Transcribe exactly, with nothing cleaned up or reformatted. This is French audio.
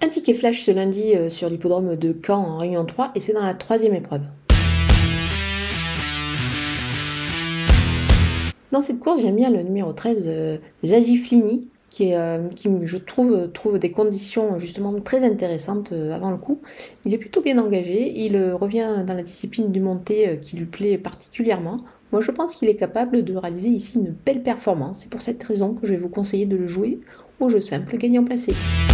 Un ticket flash ce lundi euh, sur l'hippodrome de Caen en Réunion trois et c'est dans la troisième épreuve. Dans cette course, j'aime bien le numéro treize, euh, Zazie Flini, qui, est, euh, qui, je trouve, trouve des conditions justement très intéressantes euh, avant le coup. Il est plutôt bien engagé, il euh, revient dans la discipline du monté euh, qui lui plaît particulièrement. Moi, je pense qu'il est capable de réaliser ici une belle performance. C'est pour cette raison que je vais vous conseiller de le jouer au jeu simple gagnant placé.